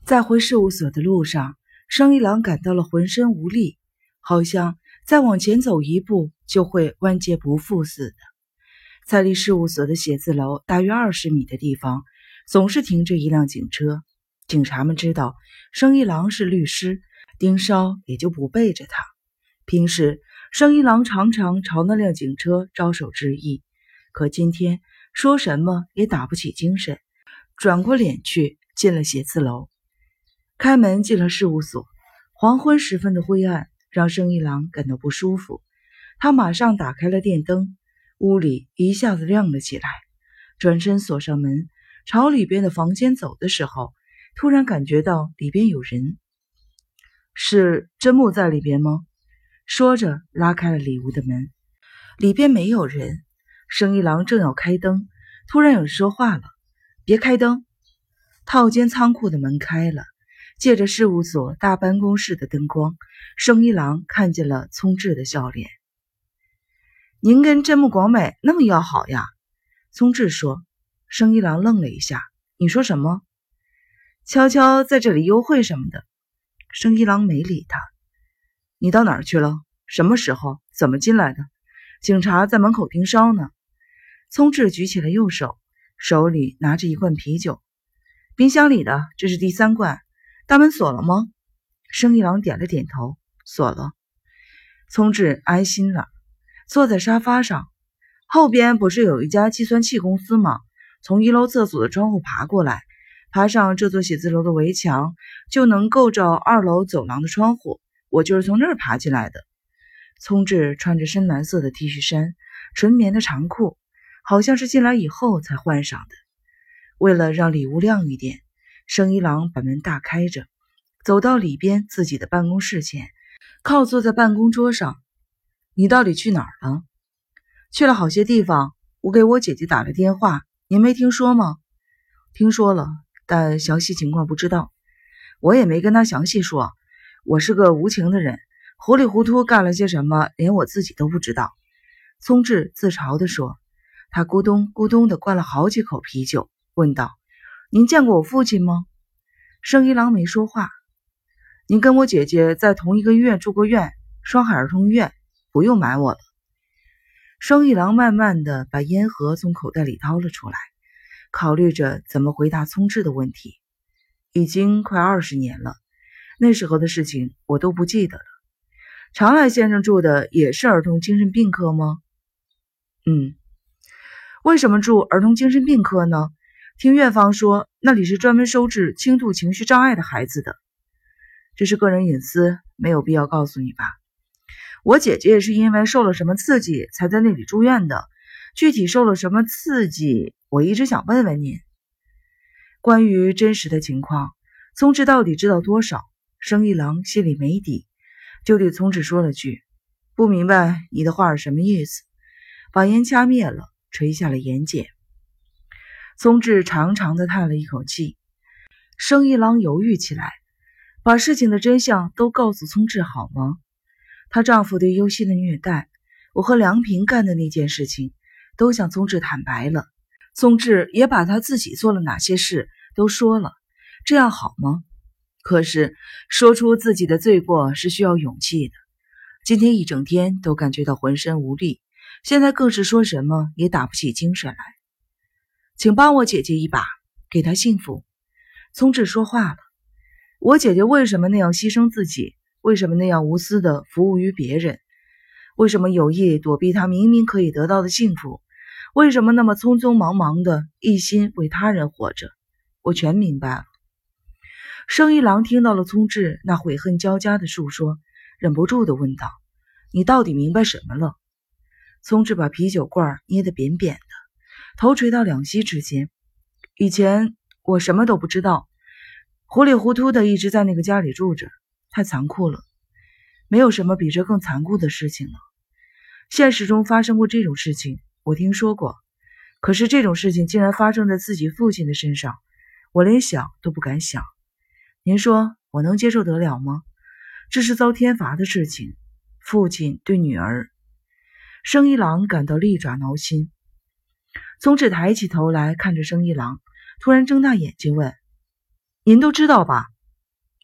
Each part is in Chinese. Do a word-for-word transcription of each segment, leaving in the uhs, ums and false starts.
在回事务所的路上，生一郎感到了浑身无力，好像再往前走一步就会万劫不复似的。在离事务所的写字楼大约二十米的地方，总是停着一辆警车。警察们知道生一郎是律师，盯梢也就不背着他。平时生一郎常常朝那辆警车招手致意，可今天说什么也打不起精神，转过脸去进了写字楼。开门进了事务所，黄昏时分的灰暗让生一郎感到不舒服。他马上打开了电灯，屋里一下子亮了起来。转身锁上门，朝里边的房间走的时候，突然感觉到里边有人。是真木在里边吗？说着拉开了里屋的门。里边没有人。生一郎正要开灯，突然有人说话了：“别开灯！”套间仓库的门开了，借着事务所大办公室的灯光，生一郎看见了聪智的笑脸。“您跟真木广美那么要好呀？”聪智说。生一郎愣了一下：“你说什么？”“悄悄在这里幽会什么的。”生一郎没理他。“你到哪儿去了？什么时候？怎么进来的？警察在门口盯梢呢。”聪智举起了右手，手里拿着一罐啤酒。“冰箱里的，这是第三罐。大门锁了吗？”生一郎点了点头：“锁了。”聪智安心了，坐在沙发上。“后边不是有一家计算器公司吗？从一楼厕所的窗户爬过来，爬上这座写字楼的围墙，就能够着二楼走廊的窗户。我就是从那儿爬进来的。”聪智穿着深蓝色的 T 恤衫，纯棉的长裤，好像是进来以后才换上的。为了让里屋亮一点，生一郎把门大开着，走到里边自己的办公室前，靠坐在办公桌上。“你到底去哪儿了？”“去了好些地方，我给我姐姐打了电话，您没听说吗？”“听说了，但详细情况不知道。我也没跟她详细说，我是个无情的人，糊里糊涂干了些什么，连我自己都不知道。”聪智自嘲地说。他咕咚咕咚地灌了好几口啤酒，问道：“您见过我父亲吗？”生一郎没说话。“您跟我姐姐在同一个医院住过院，双海儿童医院，不用瞒我了。”生一郎慢慢地把烟盒从口袋里掏了出来，考虑着怎么回答聪智的问题。“已经快二十年了，那时候的事情我都不记得了。长濑先生住的也是儿童精神病科吗？”“嗯。”“为什么住儿童精神病科呢？听院方说，那里是专门收治轻度情绪障碍的孩子的。”“这是个人隐私，没有必要告诉你吧。我姐姐也是因为受了什么刺激才在那里住院的，具体受了什么刺激，我一直想问问您。”关于真实的情况，聪智到底知道多少？生一郎心里没底，就对聪智说了句：“不明白你的话是什么意思。”把烟掐灭了，垂下了眼睑。聪智长长的叹了一口气。生一郎犹豫起来，把事情的真相都告诉聪智好吗？她丈夫对优希的虐待，我和梁平干的那件事情，都向聪智坦白了。聪智也把她自己做了哪些事都说了，这样好吗？可是说出自己的罪过是需要勇气的。今天一整天都感觉到浑身无力，现在更是说什么也打不起精神来。“请帮我姐姐一把，给她幸福。”聪智说话了。“我姐姐为什么那样牺牲自己？为什么那样无私的服务于别人？为什么有意躲避她明明可以得到的幸福？为什么那么匆匆忙忙的一心为他人活着？我全明白了。”生一郎听到了聪智那悔恨交加的述说，忍不住地问道：“你到底明白什么了？”聪智把啤酒罐捏得扁扁的，头垂到两膝之间。“以前我什么都不知道，糊里糊涂的一直在那个家里住着，太残酷了。没有什么比这更残酷的事情了。现实中发生过这种事情，我听说过，可是这种事情竟然发生在自己父亲的身上，我连想都不敢想。您说我能接受得了吗？这是遭天罚的事情，父亲对女儿。”生一郎感到利爪挠心。聪智抬起头来看着生一郎，突然睁大眼睛问：“您都知道吧？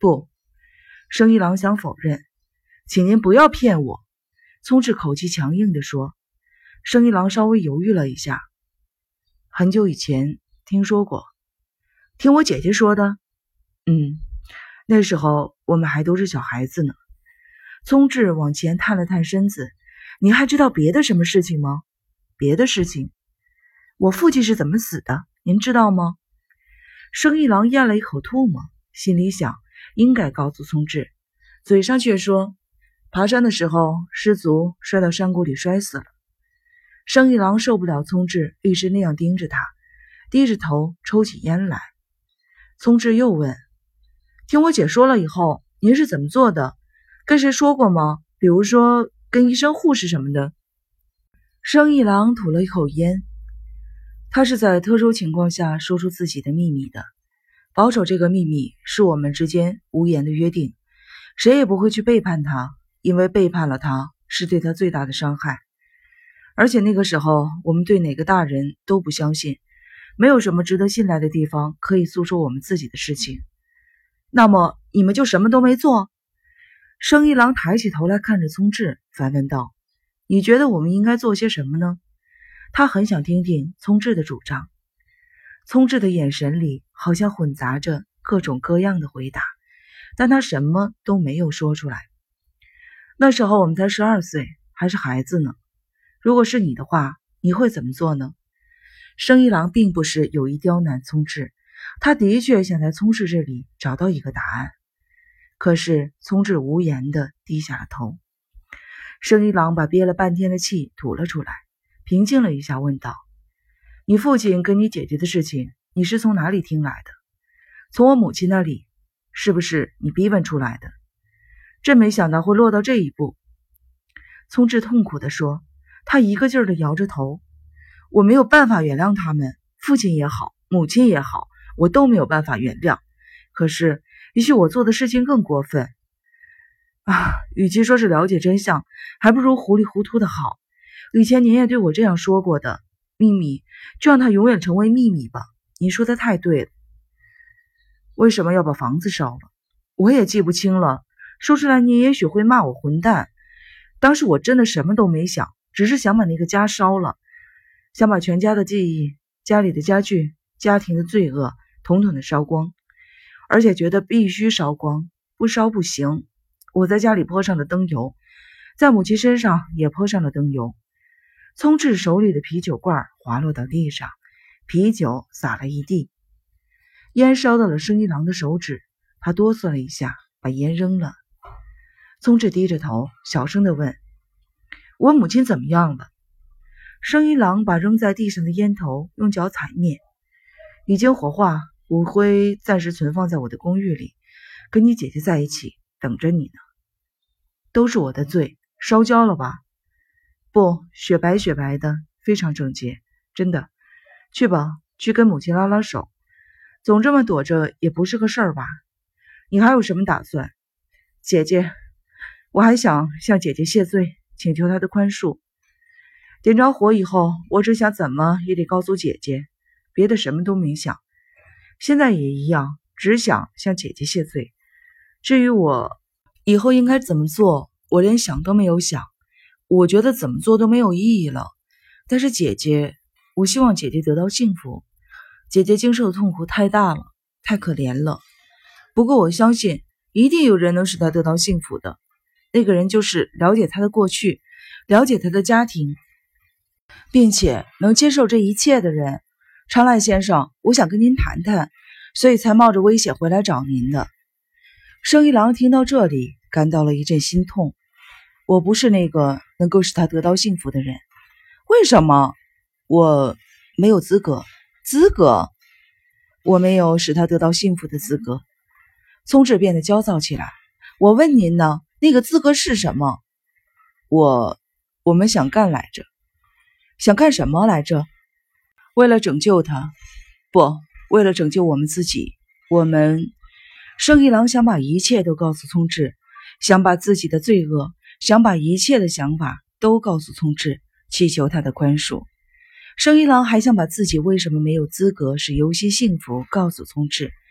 不，生一郎想否认。请您不要骗我，聪智口气强硬地说。生一郎稍微犹豫了一下，很久以前听说过，听我姐姐说的。嗯，那时候我们还都是小孩子呢。聪智往前探了探身子，你还知道别的什么事情吗？别的事情？我父亲是怎么死的，您知道吗？生一郎咽了一口唾沫，心里想应该告诉聪智，嘴上却说爬山的时候失足摔到山谷里摔死了。生一郎受不了聪智一直那样盯着他，低着头抽起烟来。聪智又问，听我姐说了以后，您是怎么做的？跟谁说过吗？比如说跟医生护士什么的。生一郎吐了一口烟，他是在特殊情况下说出自己的秘密的，保守这个秘密是我们之间无言的约定，谁也不会去背叛他，因为背叛了他是对他最大的伤害。而且那个时候我们对哪个大人都不相信，没有什么值得信赖的地方可以诉说我们自己的事情。那么你们就什么都没做？生一郎抬起头来看着聪智，反问道，你觉得我们应该做些什么呢？他很想听听聪智的主张。聪智的眼神里好像混杂着各种各样的回答，但他什么都没有说出来。那时候我们才十二岁，还是孩子呢。如果是你的话，你会怎么做呢？生一郎并不是有意刁难聪智，他的确想在聪智这里找到一个答案。可是聪智无言地低下了头。生一郎把憋了半天的气吐了出来，平静了一下，问道，你父亲跟你姐姐的事情，你是从哪里听来的？从我母亲那里，是不是你逼问出来的？真没想到会落到这一步。聪智痛苦地说，他一个劲儿地摇着头，我没有办法原谅他们，父亲也好，母亲也好，我都没有办法原谅。可是也许我做的事情更过分啊！与其说是了解真相，还不如糊里糊涂的好。以前您也对我这样说过的，秘密就让它永远成为秘密吧。您说的太对了。为什么要把房子烧了？我也记不清了，说出来你也许会骂我混蛋。当时我真的什么都没想，只是想把那个家烧了，想把全家的记忆、家里的家具、家庭的罪恶统统的烧光，而且觉得必须烧光，不烧不行。我在家里泼上了灯油，在母亲身上也泼上了灯油。聪智手里的啤酒罐滑落到地上，啤酒洒了一地，烟烧到了生一郎的手指，他哆嗦了一下，把烟扔了。聪智低着头小声地问，我母亲怎么样了？生一郎把扔在地上的烟头用脚踩灭，已经火化，骨灰暂时存放在我的公寓里，跟你姐姐在一起等着你呢。都是我的罪，烧焦了吧？不，雪白雪白的，非常整洁，真的。去吧，去跟母亲拉拉手，总这么躲着也不是个事儿吧？你还有什么打算？姐姐，我还想向姐姐谢罪，请求她的宽恕。点着火以后，我只想怎么也得告诉姐姐，别的什么都没想。现在也一样，只想向姐姐谢罪。至于我以后应该怎么做，我连想都没有想。我觉得怎么做都没有意义了。但是姐姐，我希望姐姐得到幸福。姐姐经受的痛苦太大了，太可怜了。不过我相信，一定有人能使她得到幸福的。那个人就是了解她的过去，了解她的家庭，并且能接受这一切的人。长濑先生，我想跟您谈谈，所以才冒着危险回来找您的。生一郎听到这里，感到了一阵心痛。我不是那个能够使他得到幸福的人。为什么？我没有资格。资格？我没有使他得到幸福的资格。聪智变得焦躁起来。我问您呢，那个资格是什么？我……我们想干来着。想干什么来着？为了拯救他。不，为了拯救我们自己。我们……生一郎想把一切都告诉聪智，想把自己的罪恶，想把一切的想法都告诉聪智，祈求他的宽恕。生一郎还想把自己为什么没有资格使游戏幸福告诉聪智，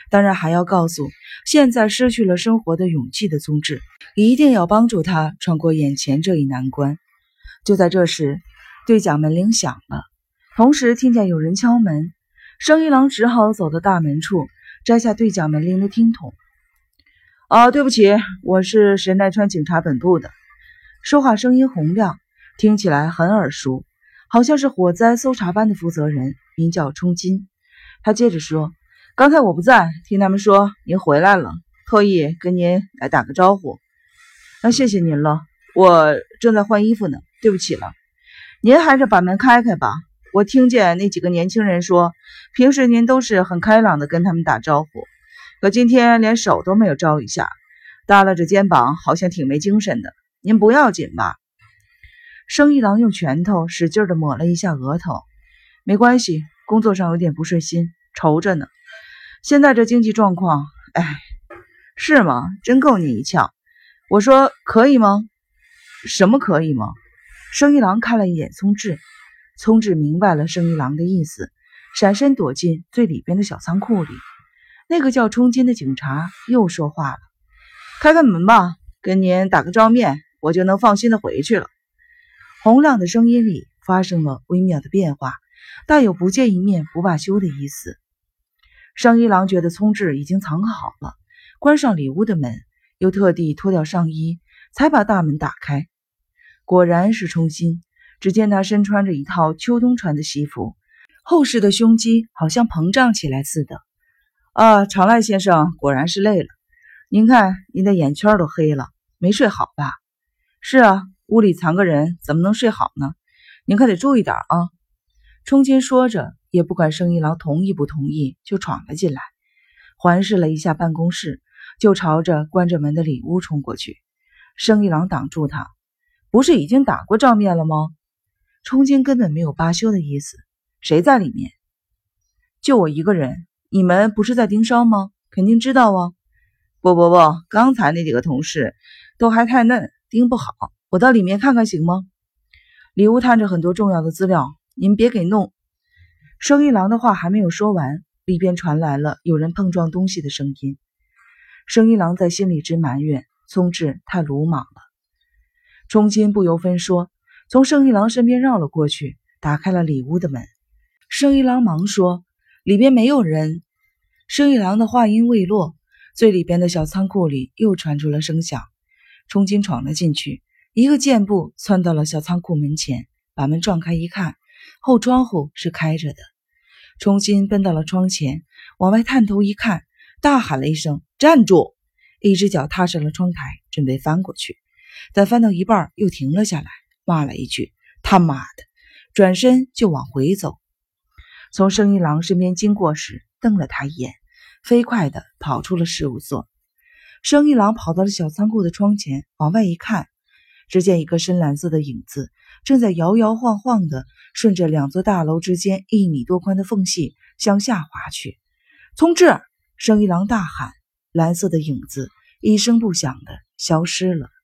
当然还要告诉现在失去了生活的勇气的宗志，一定要帮助他穿过眼前这一难关。就在这时，对讲门铃响了，同时听见有人敲门，生一郎只好走到大门处，摘下对讲门铃的听筒。啊，对不起，我是神奈川警察本部的。说话声音洪亮，听起来很耳熟，好像是火灾搜查班的负责人，名叫冲金。他接着说，刚才我不在，听他们说您回来了，特意跟您来打个招呼。那谢谢您了，我正在换衣服呢，对不起了。您还是把门开开吧，我听见那几个年轻人说，平时您都是很开朗的跟他们打招呼，可今天连手都没有招一下，耷拉着肩膀，好像挺没精神的。您不要紧吧？生一郎用拳头使劲地抹了一下额头。没关系，工作上有点不顺心，愁着呢。现在这经济状况，哎，是吗？真够你一呛。我说可以吗？什么可以吗？生一郎看了一眼聪智，聪智明白了生一郎的意思，闪身躲进最里边的小仓库里。那个叫冲金的警察又说话了：开开门吧，跟您打个照面，我就能放心的回去了。洪亮的声音里发生了微妙的变化，大有不见一面不罢休的意思。生一郎觉得聪智已经藏好了，关上里屋的门，又特地脱掉上衣，才把大门打开。果然是冲金，只见他身穿着一套秋冬穿的西服，厚实的胸肌好像膨胀起来似的。啊，长濑先生果然是累了，您看您的眼圈都黑了，没睡好吧？是啊，屋里藏个人怎么能睡好呢？您可得注意点啊。冲金说着，也不管生一郎同意不同意，就闯了进来，环视了一下办公室，就朝着关着门的里屋冲过去。生一郎挡住他，不是已经打过照面了吗？冲金根本没有罢休的意思。谁在里面？就我一个人，你们不是在盯梢吗？肯定知道啊。不不不，刚才那几个同事都还太嫩，盯不好，我到里面看看行吗？里屋摊着很多重要的资料，您别给弄。生一郎的话还没有说完，里边传来了有人碰撞东西的声音。生一郎在心里直埋怨聪智太鲁莽了。冲金不由分说，从生一郎身边绕了过去，打开了里屋的门。生一郎忙说：里边没有人。生一郎的话音未落，最里边的小仓库里又传出了声响。冲金闯了进去，一个箭步窜到了小仓库门前，把门撞开一看，后窗户是开着的。冲金奔到了窗前，往外探头一看，大喊了一声：站住！一只脚踏上了窗台，准备翻过去，但翻到一半又停了下来，骂了一句：他妈的！转身就往回走。从生一郎身边经过时，瞪了他一眼，飞快地跑出了事务所。生一郎跑到了小仓库的窗前，往外一看，只见一个深蓝色的影子正在摇摇晃晃地顺着两座大楼之间一米多宽的缝隙向下滑去。聪智！生一郎大喊，蓝色的影子一声不响地消失了。